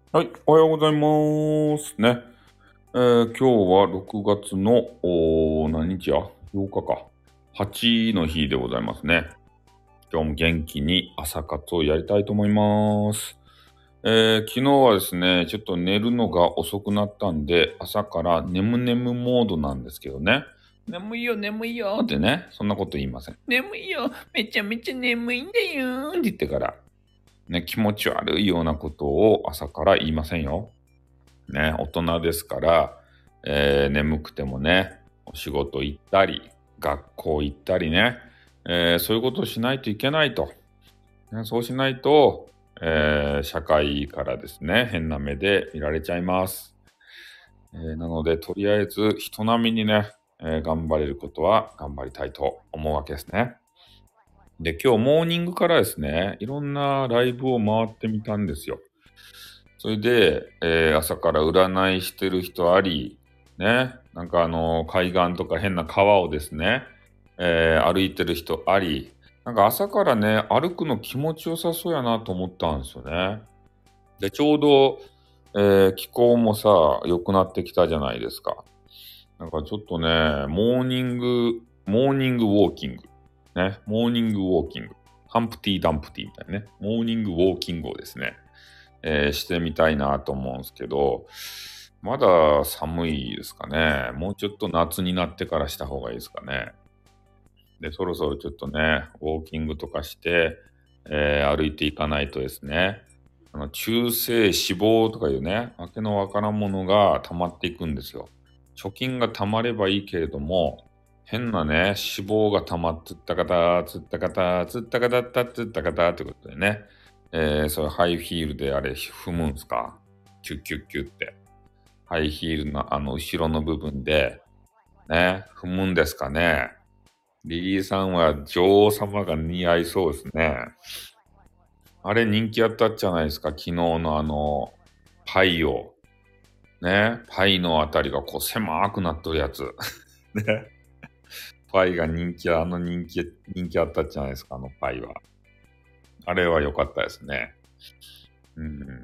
はい、おはようございますね。今日は6月の、何日や ?8 日か。8の日でございますね。今日も元気に朝活をやりたいと思います。昨日はですね、ちょっと寝るのが遅くなったんで、朝から眠眠モードなんですけどね。眠いよ、眠いよってね、そんなこと言いません。眠いよ、めちゃめちゃ眠いんだよって言ってから、ね、気持ち悪いようなことを朝から言いませんよ。ね、大人ですから、眠くてもね、お仕事行ったり、学校行ったりね、そういうことをしないといけないと。ね、そうしないと、社会からですね、変な目で見られちゃいます。なので、とりあえず人並みにね、頑張れることは頑張りたいと思うわけですね。で、今日モーニングからですね、いろんなライブを回ってみたんですよ。それで、朝から占いしてる人あり、ね、なんか海岸とか変な川をですね、歩いてる人あり、なんか朝からね、歩くの気持ちよさそうやなと思ったんですよね。で、ちょうど、気候もさ、良くなってきたじゃないですか。なんかちょっとね、モーニングウォーキング。ね、モーニングウォーキング。ハンプティ・ダンプティみたいなね、モーニングウォーキングをですね、してみたいなと思うんですけど、まだ寒いですかね。もうちょっと夏になってからした方がいいですかね。で、そろそろちょっとね、ウォーキングとかして、歩いていかないとですね、中性脂肪とかいうね、わけのわからんものが溜まっていくんですよ。貯金が溜まればいいけれども、変なね、脂肪が溜まっつったかた、つったかた、つったかたった、つったかたってことでね、そういうハイヒールであれ踏むんすか？キュッキュッキュッって。ハイヒールの後ろの部分で、ね、踏むんですかね。リリーさんは女王様が似合いそうですね。あれ人気あったじゃないですか。昨日のパイを。ね。パイのあたりがこう狭くなっとるやつ。ね。パイが人気あったじゃないですか。あのパイは。あれは良かったですね。うん。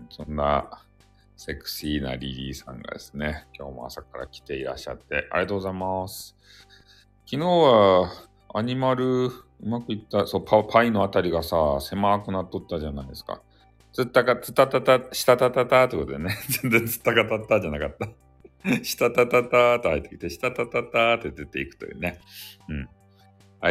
そんなセクシーなリリーさんがですね、今日も朝から来ていらっしゃってありがとうございます。昨日はアニマルうまくいった、そう、パイのあたりがさ、狭くなっとったじゃないですか。つったか、つたたた、したたたたってことでね。全然つったかたったじゃなかった。したたたたと入ってきて、したたたたって出ていくというね。うん。はい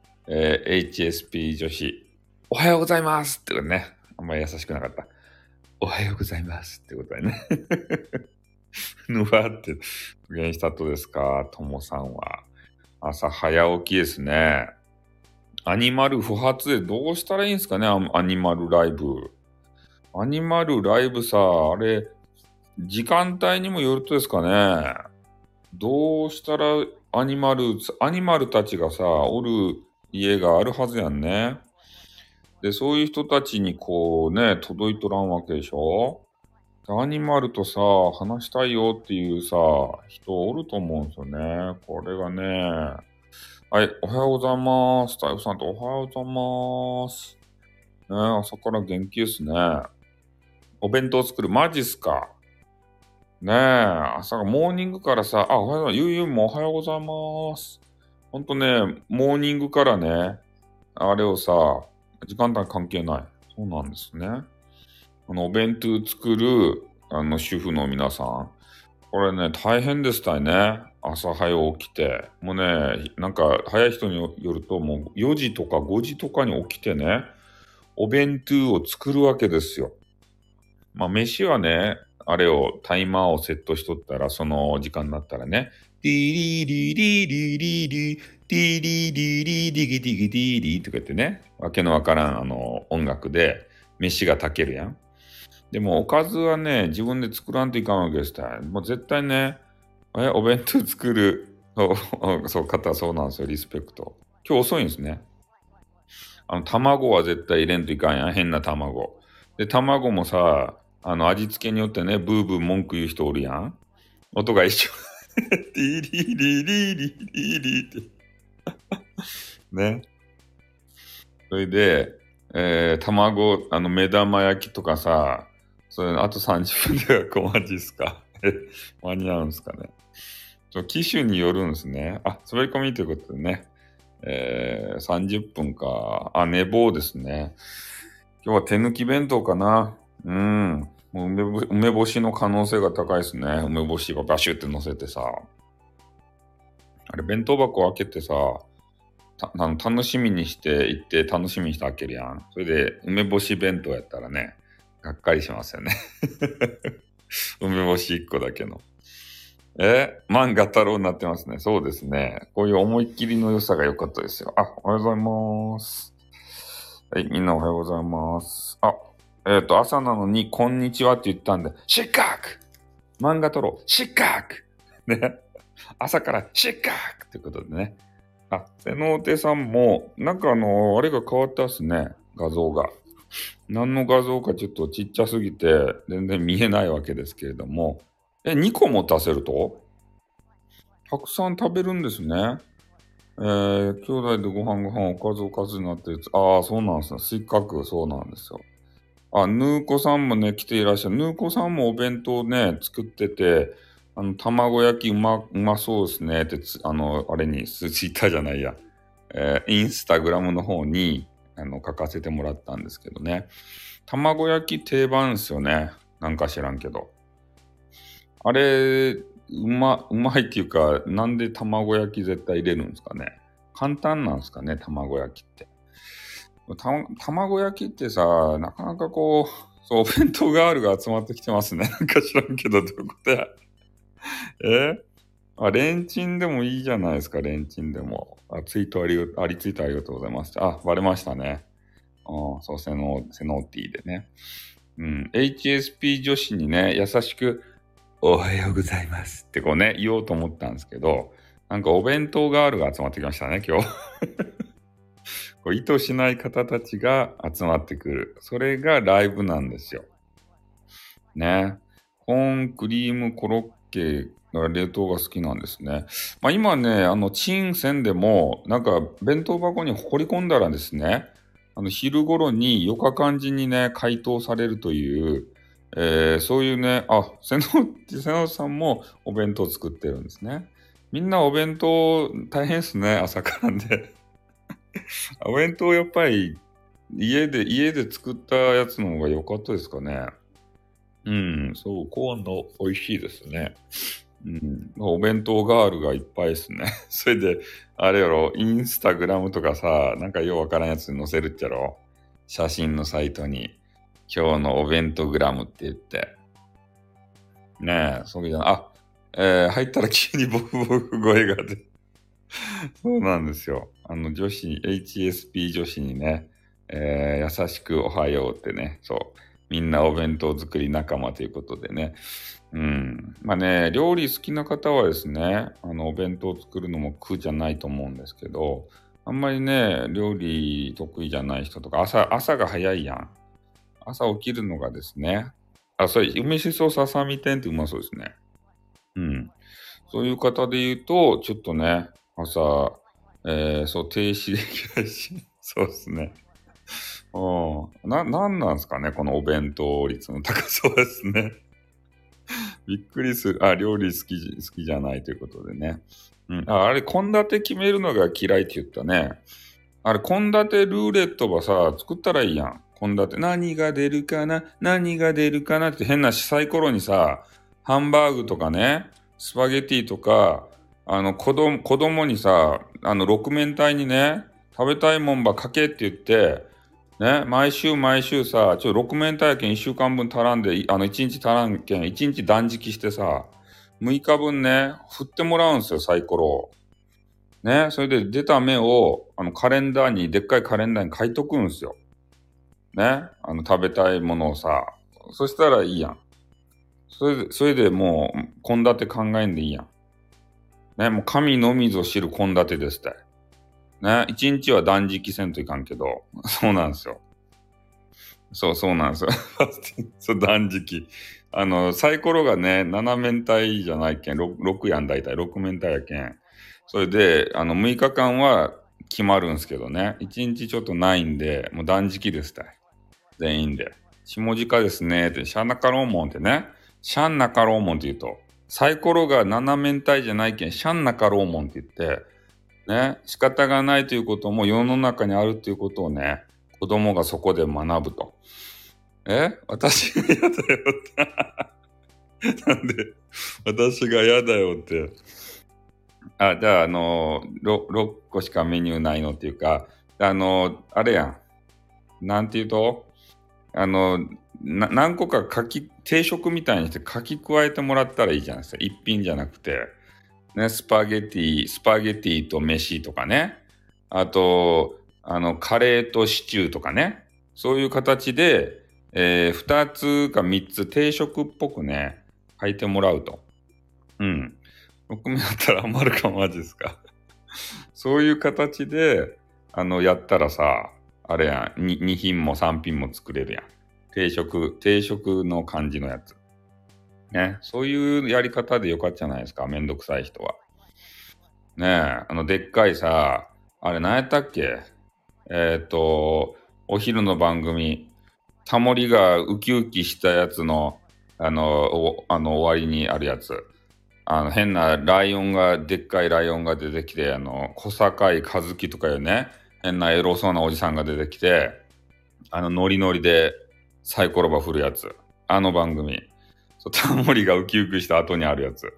。HSP 女子、おはようございますってことね。あんまり優しくなかった。おはようございますってことでね。ぬわって復元したとですか、ともさんは。朝早起きですね。アニマル不発でどうしたらいいんですかね、アニマルライブ。アニマルライブさ、あれ、時間帯にもよるとですかね。どうしたらアニマルたちがさ、おる家があるはずやんね。で、そういう人たちにこうね、届いとらんわけでしょ。でアニマルとさ、話したいよっていうさ、人おると思うんですよね。これがね、はい、おはようございます。太陽さんとおはようございます。ね、朝から元気ですね。お弁当作る。マジっすか。ねえ、朝がモーニングからさ、おはようございます。ゆうゆうもおはようございます。ほんとね、モーニングからね、あれをさ、時間帯関係ない。そうなんですね。お弁当作る、主婦の皆さん。これね、大変でしたよね。朝早起きて。もうね、なんか早い人によると、もう4時とか5時とかに起きてね、お弁当を作るわけですよ。まあ、飯はね、あれを、タイマーをセットしとったら、その時間になったらね、ディリリリリリリ、ディリリリディギディギディリとか言ってね、わけのわからん音楽で飯が炊けるやん。でもおかずはね、自分で作らんといかんわけですたい。もう絶対ね、お弁当作る、そう、方はそうなんですよ、リスペクト。今日遅いんですね。卵は絶対入れんといかんやん、変な卵。で、卵もさ、味付けによってね、ブーブー文句言う人おるやん。音が一緒。リリリリリリリって。ね。それで、卵、目玉焼きとかさ、 それ、あと30分で学校マジっすか？間に合うんすかね。機種によるんですね。あ、滑り込みということでね。30分か。あ、寝坊ですね。今日は手抜き弁当かな。うん。もう梅干しの可能性が高いですね。梅干しがバシュって乗せてさ。あれ、弁当箱開けてさ、楽しみにして行って楽しみにして開けるやん。それで、梅干し弁当やったらね、がっかりしますよね。梅干し1個だけの。漫画太郎になってますね。そうですね。こういう思いっきりの良さが良かったですよ。あ、おはようございます。はい、みんなおはようございます。あ、朝なのに、こんにちはって言ったんで、失格漫画太郎、失格ね。朝から失格ってことでね。あ、瀬能手さんも、なんかあれが変わったっすね。画像が。何の画像かちょっとちっちゃすぎて、全然見えないわけですけれども。2個も足せるとたくさん食べるんですね。兄弟でご飯おかずになってるやつ。ああ、そうなんですね。せっかくそうなんですよ。あ、ヌーコさんもね、来ていらっしゃる。ヌーコさんもお弁当ね、作ってて、卵焼きうまそうですねってあれに、ツイッターじゃないや。インスタグラムの方に、書かせてもらったんですけどね。卵焼き定番ですよね。なんか知らんけど。あれ、うまいっていうか、なんで卵焼き絶対入れるんですかね。簡単なんですかね、卵焼きって。卵焼きってさ、なかなかこう、そう、お弁当ガールが集まってきてますね。なんか知らんけど、どういうことや。レンチンでもいいじゃないですか、レンチンでも。ツイートリツイートありがとうございます。あ、バレましたね。そう、セノーティーでね。うん、HSP 女子にね、優しく、おはようございますってこうね、言おうと思ったんですけど、なんかお弁当ガールが集まってきましたね、今日。こう意図しない方たちが集まってくる。それがライブなんですよ。ね。コーン、クリーム、コロッケが冷凍が好きなんですね。まあ今ね、チンセンでも、なんか弁当箱に放り込んだらですね、昼頃に4日間にね、解凍されるという、そういうね、瀬野さんもお弁当作ってるんですね。みんなお弁当大変ですね、朝からで。お弁当やっぱり家で作ったやつの方が良かったですかね。うん、そう、コーンの美味しいですね。うん、お弁当ガールがいっぱいですね。それで、あれやろ、インスタグラムとかさ、なんかようわからんやつに載せるっちゃろ。写真のサイトに、今日のお弁当グラムって言って。ねえ、そうじゃない。入ったら急にボクボク声が出そうなんですよ。HSP 女子にね、優しくおはようってね、そう。みんなお弁当作り仲間ということでね。うん。まあね、料理好きな方はですね、お弁当作るのも苦じゃないと思うんですけど、あんまりね、料理得意じゃない人とか、朝が早いやん。朝起きるのがですね、そう、梅しそささみ天ってうまそうですね。うん。そういう方で言うと、ちょっとね、朝、そう、停止できないし、そうですね。なんなんですかね、このお弁当率の高そうですね。びっくりする。料理好きじゃないということでね。うん。あれ、献立決めるのが嫌いって言ったね。あれ、献立ルーレットばさ、作ったらいいやん。献立。何が出るかなって変なサイコロにさ、ハンバーグとかね、スパゲティとか、子供にさ、六面体にね、食べたいもんばかけって言って、ね、毎週さ、六面体験一週間分足らんで、一日足らんけん、一日断食してさ、6日分ね、振ってもらうんですよ、サイコロを。ね、それで出た目を、でっかいカレンダーに書いとくんですよ。ね、食べたいものをさ、そしたらいいやん。それでもう、献立考えんでいいやん。ね、もう神のみぞ知る献立ですって。ね、一日は断食せんといかんけど、そうなんですよ。そうなんですよ。そう、断食。サイコロがね、7面体じゃないけん、6やん、大体。6面体やけん。それで、6日間は決まるんですけどね。1日ちょっとないんで、もう断食ですたい。全員で。 下鹿ですねって、シャンナカローモンってね、シャンナカローモンって言うと、サイコロが斜め体じゃないけん、シャンナカローモンって言って、ね、仕方がないということも世の中にあるということをね、子供がそこで学ぶと。私が嫌だよって。なんで、私が嫌だよって。じゃあ、6個しかメニューないのっていうか、あれやん。なんて言うと、何個か定食みたいにして書き加えてもらったらいいじゃないですか。一品じゃなくて。ね、スパゲティと飯とかね。あと、カレーとシチューとかね。そういう形で、2つか3つ定食っぽくね、書いてもらうと。うん。6名だったら余るかマジですか。そういう形で、やったらさ、あれやん、2品も3品も作れるやん。定食の感じのやつ。ね。そういうやり方でよかったじゃないですか。めんどくさい人は。ねえ、でっかいさ、あれ何やったっけお昼の番組、タモリがウキウキしたやつの、終わりにあるやつ。変なライオンが、でっかいライオンが出てきて、小坂井和樹とかいうね、変なエロそうなおじさんが出てきて、ノリノリでサイコロバ振るやつ。あの番組。そう、タモリがウキウキした後にあるやつ。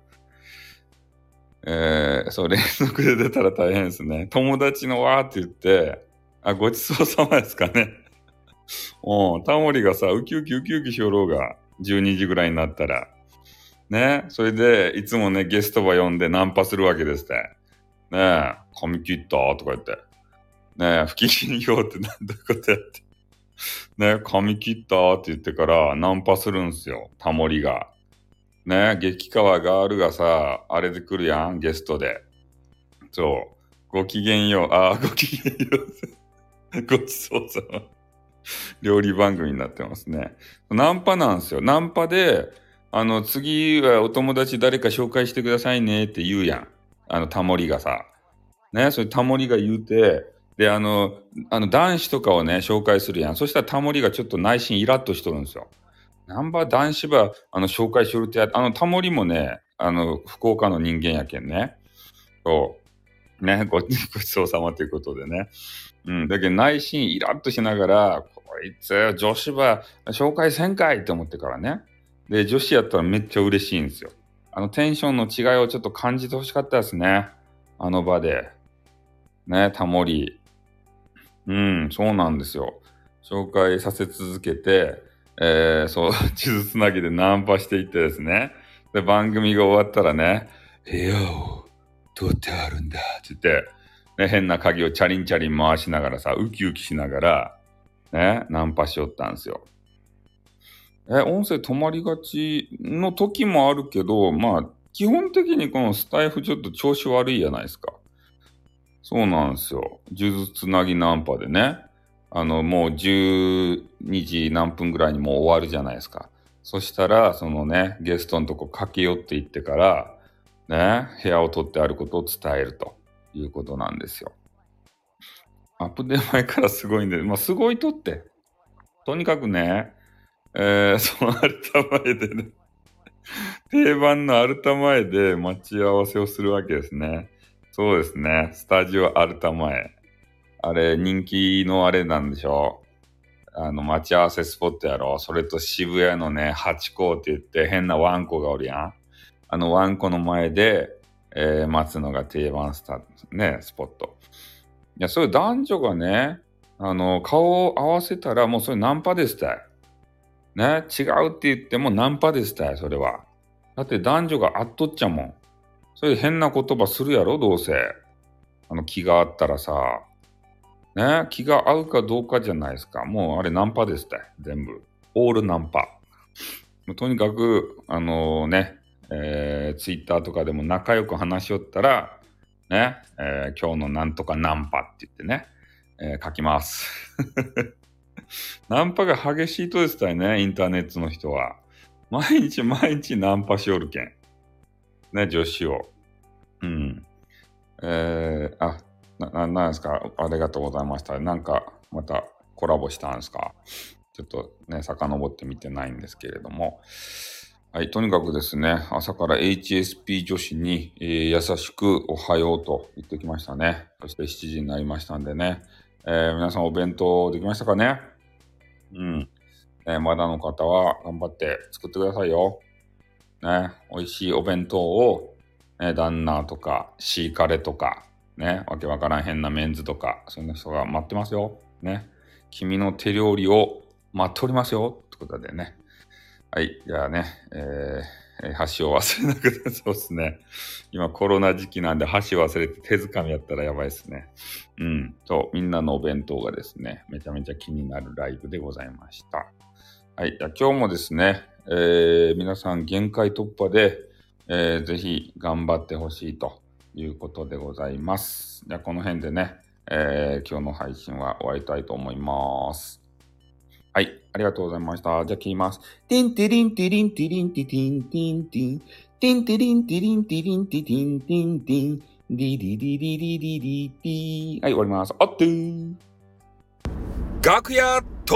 そう、連続で出たら大変ですね。友達のわーって言って、ごちそうさまですかね。タモリがさ、ウキウキウキウキしよろうが、12時ぐらいになったら。ね、それで、いつもね、ゲストば呼んでナンパするわけですって。ねえ、髪切ったとか言って。ねえ、不機嫌よってなんだことやって。ねえ、髪切ったって言ってからナンパするんすよ、タモリが。ねえ、激川ガールがさ、あれで来るやん、ゲストで。そう。ごきげんよう。ごきげんよう。ごちそうさま。料理番組になってますね。ナンパなんですよ。ナンパで、次はお友達誰か紹介してくださいねって言うやん。タモリがさ。ね、それタモリが言うて、で、男子とかをね、紹介するやん。そしたらタモリがちょっと内心イラッとしとるんですよ。ナンバー男子ば、紹介しろってタモリもね、福岡の人間やけんね。そう。ね、ごちそうさまということでね。うん。だけど内心イラッとしながら、こいつ、女子ば紹介せんかいって思ってからね。で、女子やったらめっちゃ嬉しいんですよ。テンションの違いをちょっと感じてほしかったですね。あの場で。ね、タモリ。うん、そうなんですよ。紹介させ続けて、そう、地図つなぎでナンパしていってですね。で、番組が終わったらね、部屋を取ってあるんだって言って、ね、変な鍵をチャリンチャリン回しながらさ、ウキウキしながら、ね、ナンパしよったんですよ。音声止まりがちの時もあるけど、まあ、基本的にこのスタイフちょっと調子悪いじゃないですか。そうなんですよ。数珠つなぎナンパでね。もう12時何分ぐらいにもう終わるじゃないですか。そしたら、そのね、ゲストのとこ駆け寄っていってから、ね、部屋を取ってあることを伝えるということなんですよ。アップデート前からすごいんで、まあ、すごいとって。とにかくね、そのアルタ前でね、定番のアルタ前で待ち合わせをするわけですね。そうですね。スタジオアルタ前。あれ、人気のあれなんでしょ待ち合わせスポットやろ。それと渋谷のね、ハチ公って言って変なワンコがおるやん。ワンコの前で、待つのが定番スポット。いや、そういう男女がね、顔を合わせたらもうそれナンパですたい。ね、違うって言ってもナンパですたい、それは。だって男女があっとっちゃもん。そういう変な言葉するやろ、どうせ。気があったらさ。ね、気が合うかどうかじゃないですか。もうあれナンパですって。全部。オールナンパ。もうとにかく、ツイッターとかでも仲良く話しよったら、ね、今日のなんとかナンパって言ってね、書きます。ナンパが激しいとですたよね、インターネットの人は。毎日毎日ナンパしおるけん。ね、女子を。うん。なんですか、ありがとうございました。なんか、またコラボしたんですか。 ちょっとね、遡ってみてないんですけれども。はい、とにかくですね、朝から HSP 女子に、優しくおはようと言ってきましたね。そして7時になりましたんでね。皆さんお弁当できましたかね？うん。まだの方は頑張って作ってくださいよ。ね、美味しいお弁当を、旦那とか、シーカレとか、ね、わけわからん変なメンズとか、そんな人が待ってますよ。ね。君の手料理を待っておりますよ。ってことでね。はい。じゃあね、箸を忘れなくて、そうですね。今コロナ時期なんで箸忘れて手づかみやったらやばいですね。うん。みんなのお弁当がですね、めちゃめちゃ気になるライブでございました。はい。じゃあ今日もですね、皆さん限界突破で、ぜひ頑張ってほしいということでございます。じゃあこの辺でね、今日の配信は終わりたいと思います。はい、ありがとうございました。じゃあ切ります。ティンティリンティリンティリンティティンティンティン。ティンティリンティリンティリンティティンティンティン。リリリリリリリティ。はい、終わります。あっとー。楽屋トー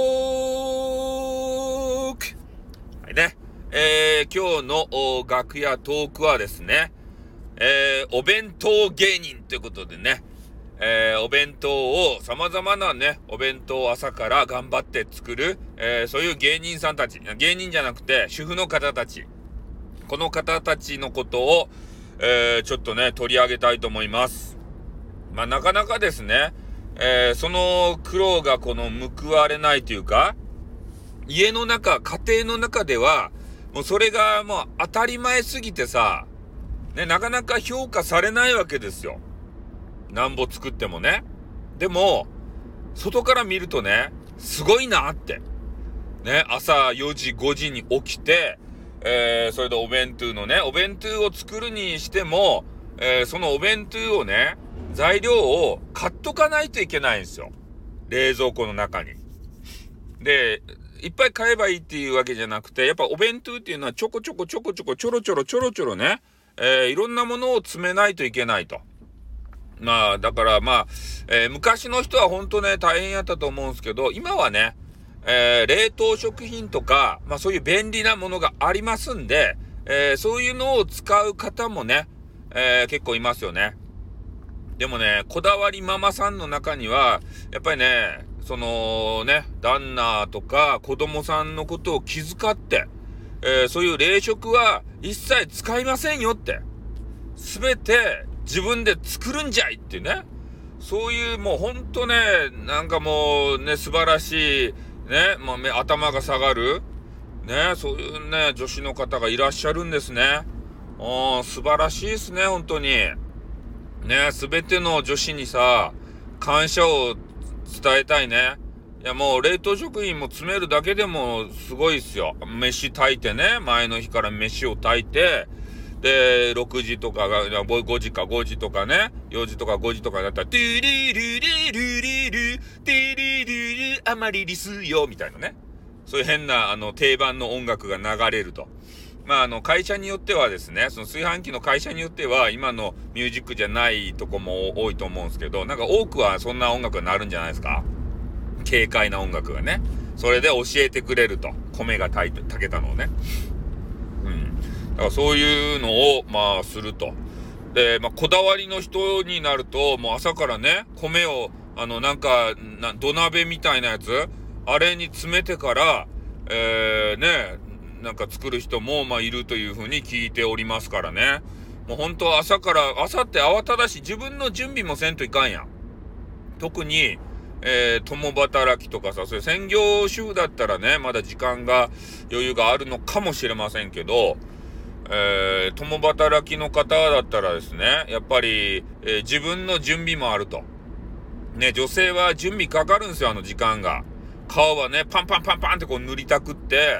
ク。はいね。今日の楽屋トークはですね、お弁当芸人ということでね、お弁当を様々なね、お弁当を朝から頑張って作る、そういう芸人さんたち、芸人じゃなくて主婦の方たち、この方たちのことを、ちょっとね、取り上げたいと思います。まあなかなかですね、その苦労がこの報われないというか、家の中、家庭の中では、もうそれがもう当たり前すぎてさ、ね、なかなか評価されないわけですよ。なんぼ作ってもね。でも、外から見るとね、すごいなって。ね、朝4時、5時に起きて、それでお弁当のね、お弁当を作るにしても、そのお弁当をね、材料を買っとかないといけないんですよ。冷蔵庫の中に。で、いっぱい買えばいいっていうわけじゃなくて、やっぱお弁当っていうのはちょこちょこちょこちょこちょろちょろちょろちょろね、いろんなものを詰めないといけないと。まあ、だからまあ、昔の人は本当ね、大変やったと思うんですけど、今はね、冷凍食品とか、まあそういう便利なものがありますんで、そういうのを使う方もね、結構いますよね。でもね、こだわりママさんの中には、やっぱりね、そのね、旦那とか子供さんのことを気遣って、そういう冷食は一切使いませんよって。すべて自分で作るんじゃいってね。そういうもうほんとね、なんかもうね、素晴らしい、ね、もう頭が下がる、ね、そういうね、女子の方がいらっしゃるんですね。素晴らしいですね、本当に。ね、すべての女子にさ、感謝を伝えたいね。いやもう冷凍食品も詰めるだけでもすごいっすよ。飯炊いてね、前の日から飯を炊いて、で、6時とかが、5時か5時とかね、4時とか5時とかだったら、トゥリルリルリル、トゥリルル、アマリリスよ、みたいなね。そういう変な、定番の音楽が流れると。まあ、会社によってはですね、その炊飯器の会社によっては、今のミュージックじゃないとこも多いと思うんですけど、なんか多くはそんな音楽が鳴るんじゃないですか。軽快な音楽がね。それで教えてくれると。米が炊けたのをね。うん。だからそういうのを、まあ、すると。で、まあ、こだわりの人になると、もう朝からね、米を、土鍋みたいなやつ、あれに詰めてから、ね、なんか作る人も、まあ、いるというふうに聞いておりますからね。もう本当朝って慌ただしい、自分の準備もせんといかんやん。特に、共働きとかさ、そういう専業主婦だったらね、まだ時間が、余裕があるのかもしれませんけど、共働きの方だったらですね、やっぱり、自分の準備もあると。ね、女性は準備かかるんですよ、時間が。顔はね、パンパンパンパンってこう塗りたくって、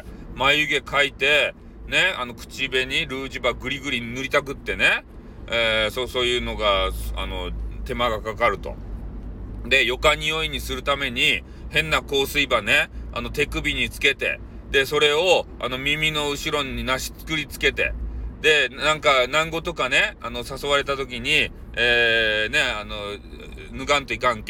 眉毛描いて、ね、口紅、ルージュバグリグリ塗りたくってね、そういうのが、手間がかかると。で、よか匂いにするために、変な香水場ね、手首につけて、で、それを、耳の後ろにくりつけて、で、なんか、南語とかね、誘われた時に、脱がんといかんけん、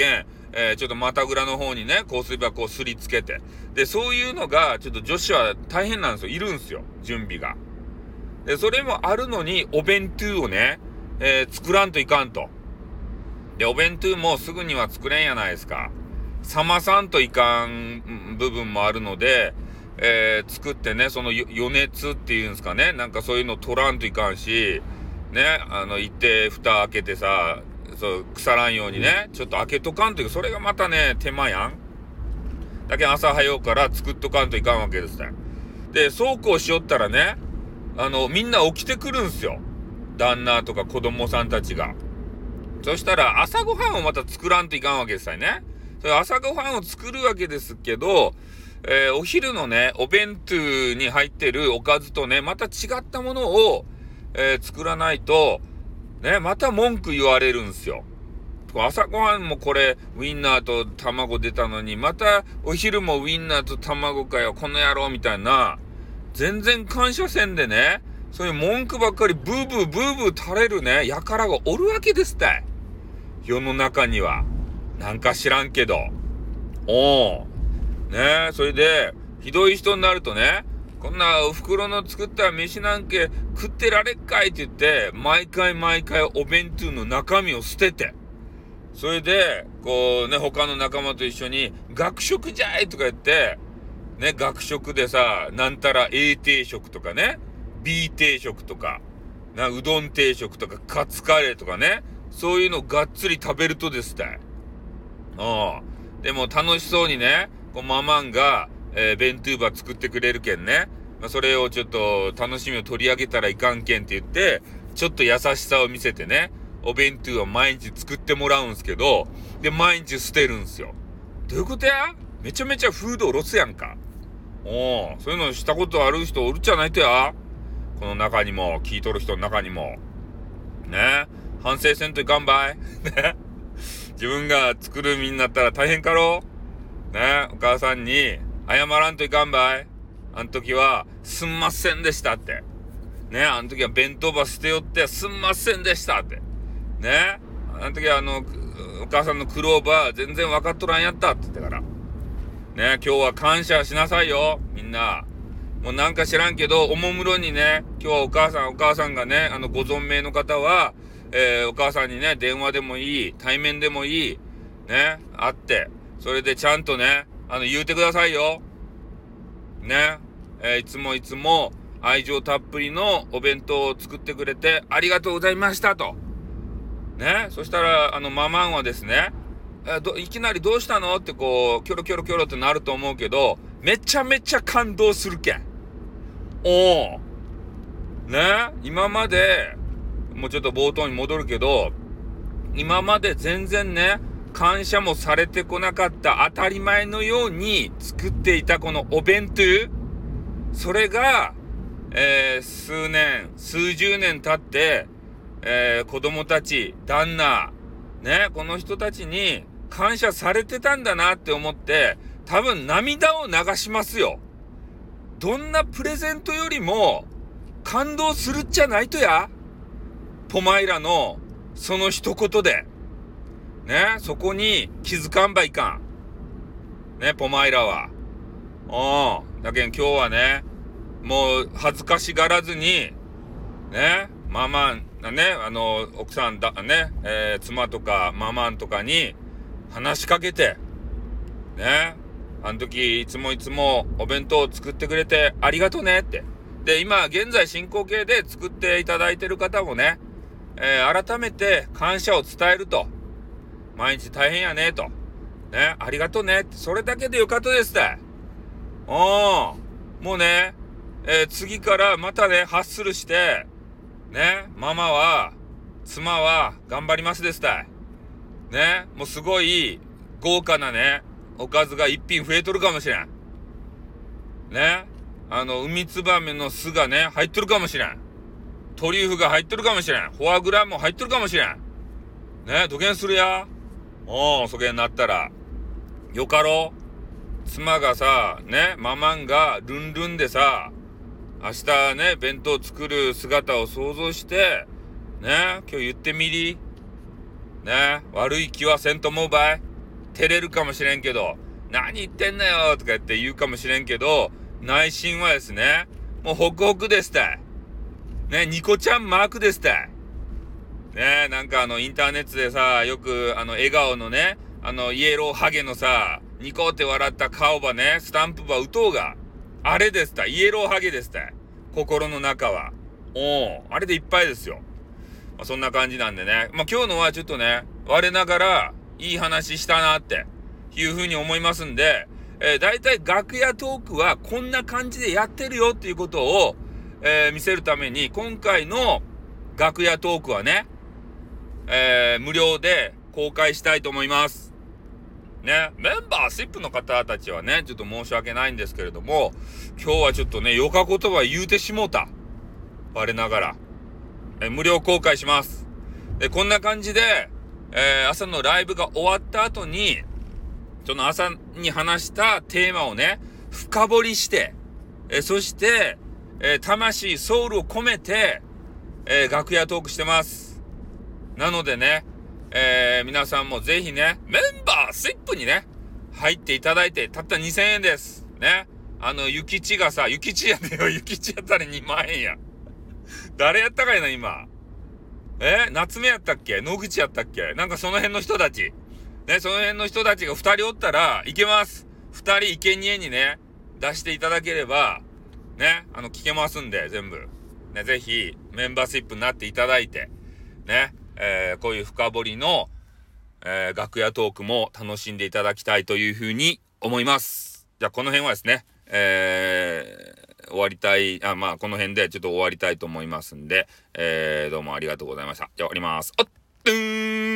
ちょっと股ぐらの方にね、香水箱をすりつけて。で、そういうのが、ちょっと女子は大変なんですよ。いるんですよ。準備が。で、それもあるのに、お弁当をね、作らんといかんと。で、お弁当もすぐには作れんやないですか。冷まさんといかん部分もあるので、作ってね、その余熱っていうんですかね。なんかそういうの取らんといかんし、ね、行って蓋開けてさ、そう、腐らんようにね、ちょっと開けとかんという、それがまたね、手間やん。だけど朝早うから作っとかんといかんわけですね。で、そうこうしよったらね、みんな起きてくるんすよ。旦那とか子供さんたちが。そしたら、朝ごはんをまた作らんといかんわけですよね。それ朝ごはんを作るわけですけど、お昼のね、お弁当に入ってるおかずとね、また違ったものを、作らないと、ね、また文句言われるんすよ。朝ごはんもこれ、ウインナーと卵出たのに、またお昼もウインナーと卵かよ、この野郎みたいな、全然感謝せんでね、そういう文句ばっかりブーブーブーブー垂れるね、輩がおるわけですたい。世の中には。なんか知らんけど。ねえ、それで、ひどい人になるとね、こんなお袋の作った飯なんけ食ってられっかいって言って、毎回お弁当の中身を捨てて、それで、こうね、他の仲間と一緒に、学食じゃいとか言って、ね、学食でさ、なんたら A 定食とかね、B 定食とか、うどん定食とか、カツカレーとかね、そういうのがっつり食べるとですたい。でも楽しそうにね、こうママンが、弁当ば作ってくれるけんね、それをちょっと楽しみを取り上げたらいかんけんって言って、ちょっと優しさを見せてね、お弁当を毎日作ってもらうんすけど、で、毎日捨てるんすよ。どういうことや？めちゃめちゃフードロスやんか。そういうのしたことある人おるじゃないとや。この中にも、聞いとる人の中にも。ね。反省せんといかんばい。ね。自分が作る身になったら大変かろう。ね。お母さんに謝らんといかんばい。あの時は、すんませんでしたって。ね。あの時は弁当ば捨てよって、すんませんでしたって。ね。あの時はお母さんの苦労ば全然分かっとらんやったって言ってから。ね、今日は感謝しなさいよ、みんな。もうなんか知らんけど、おもむろにね、今日はお母さんがね、ご存命の方は、お母さんにね、電話でもいい、対面でもいい、ね、会って、それでちゃんとね、言うてくださいよ。ね、いつも愛情たっぷりのお弁当を作ってくれてありがとうございましたと。ね、そしたら、ママンはですね、いきなりどうしたのってこう、キョロキョロってなると思うけど、めちゃめちゃ感動するけん。ね、今まで、もうちょっと冒頭に戻るけど、今まで全然ね、感謝もされてこなかった当たり前のように作っていたこのお弁当、それが、数十年経って、子供たち、旦那、ね、この人たちに感謝されてたんだなって思って、多分涙を流しますよ。どんなプレゼントよりも感動するっちゃないとや。ポマイラのその一言で。ね、そこに気づかんばいかん。ね、ポマイラは。だけん今日はね、もう恥ずかしがらずに、ね、ママン、ね、奥さんだ、ね、妻とかママンとかに話しかけて、ね、あの時いつもお弁当を作ってくれてありがとねって。で、今現在進行形で作っていただいてる方もね、改めて感謝を伝えると。毎日大変やねと。ね、ありがとねって。それだけでよかったですって。もうね、次からまたね、ハッスルして、ね、妻は頑張りますですたい。ね、もうすごい豪華なね、おかずが一品増えとるかもしれん。ね、海ツバメの巣がね、入っとるかもしれん。トリュフが入っとるかもしれん。フォアグラも入っとるかもしれん。ね、どげんするや。そげんなったら。よかろ。妻がさ、ね、ママンがルンルンでさ、明日ね、弁当作る姿を想像して、ね、今日言ってみり。ね、悪い気はせんと思うばい。 照れるかもしれんけど、何言ってんなよとか言うかもしれんけど、内心はですね、もうホクホクですたい。ね、ニコちゃんマークですたい。ね、なんかインターネットでさ、よく笑顔のね、イエローハゲのさ、ニコって笑った顔ばね、スタンプば打とうが、あれですたい。イエローハゲですたい。心の中は。あれでいっぱいですよ。そんな感じなんでね。今日のはちょっとね、我ながらいい話したなっていう風に思いますんで、だいたい楽屋トークはこんな感じでやってるよっていうことを、見せるために、今回の楽屋トークはね、無料で公開したいと思います。ね、メンバーシップの方たちはね、ちょっと申し訳ないんですけれども、今日はちょっとね、よか言葉言うてしもうた。我ながら。無料公開します。で、こんな感じで、朝のライブが終わった後に、その朝に話したテーマをね、深掘りして、そして、魂、ソウルを込めて、楽屋トークしてます。なのでね、皆さんもぜひね、メンバーシップにね、入っていただいて、たった2000円です。ね。ゆきちがさ、ゆきちやでよ、ゆきちやったら2万円や。誰やったかいな、今。夏目やったっけ？野口やったっけ？なんかその辺の人たち。ね、その辺の人たちが2人おったらいけます。2人生贄にね、出していただければ、ね、聞けますんで、全部。ね、ぜひ、メンバーシップになっていただいて、ね、こういう深掘りの、楽屋トークも楽しんでいただきたいというふうに思います。じゃあ、この辺はですね、終わりたい、この辺でちょっと終わりたいと思いますんで、どうもありがとうございました。じゃあ終わります。おっとーん。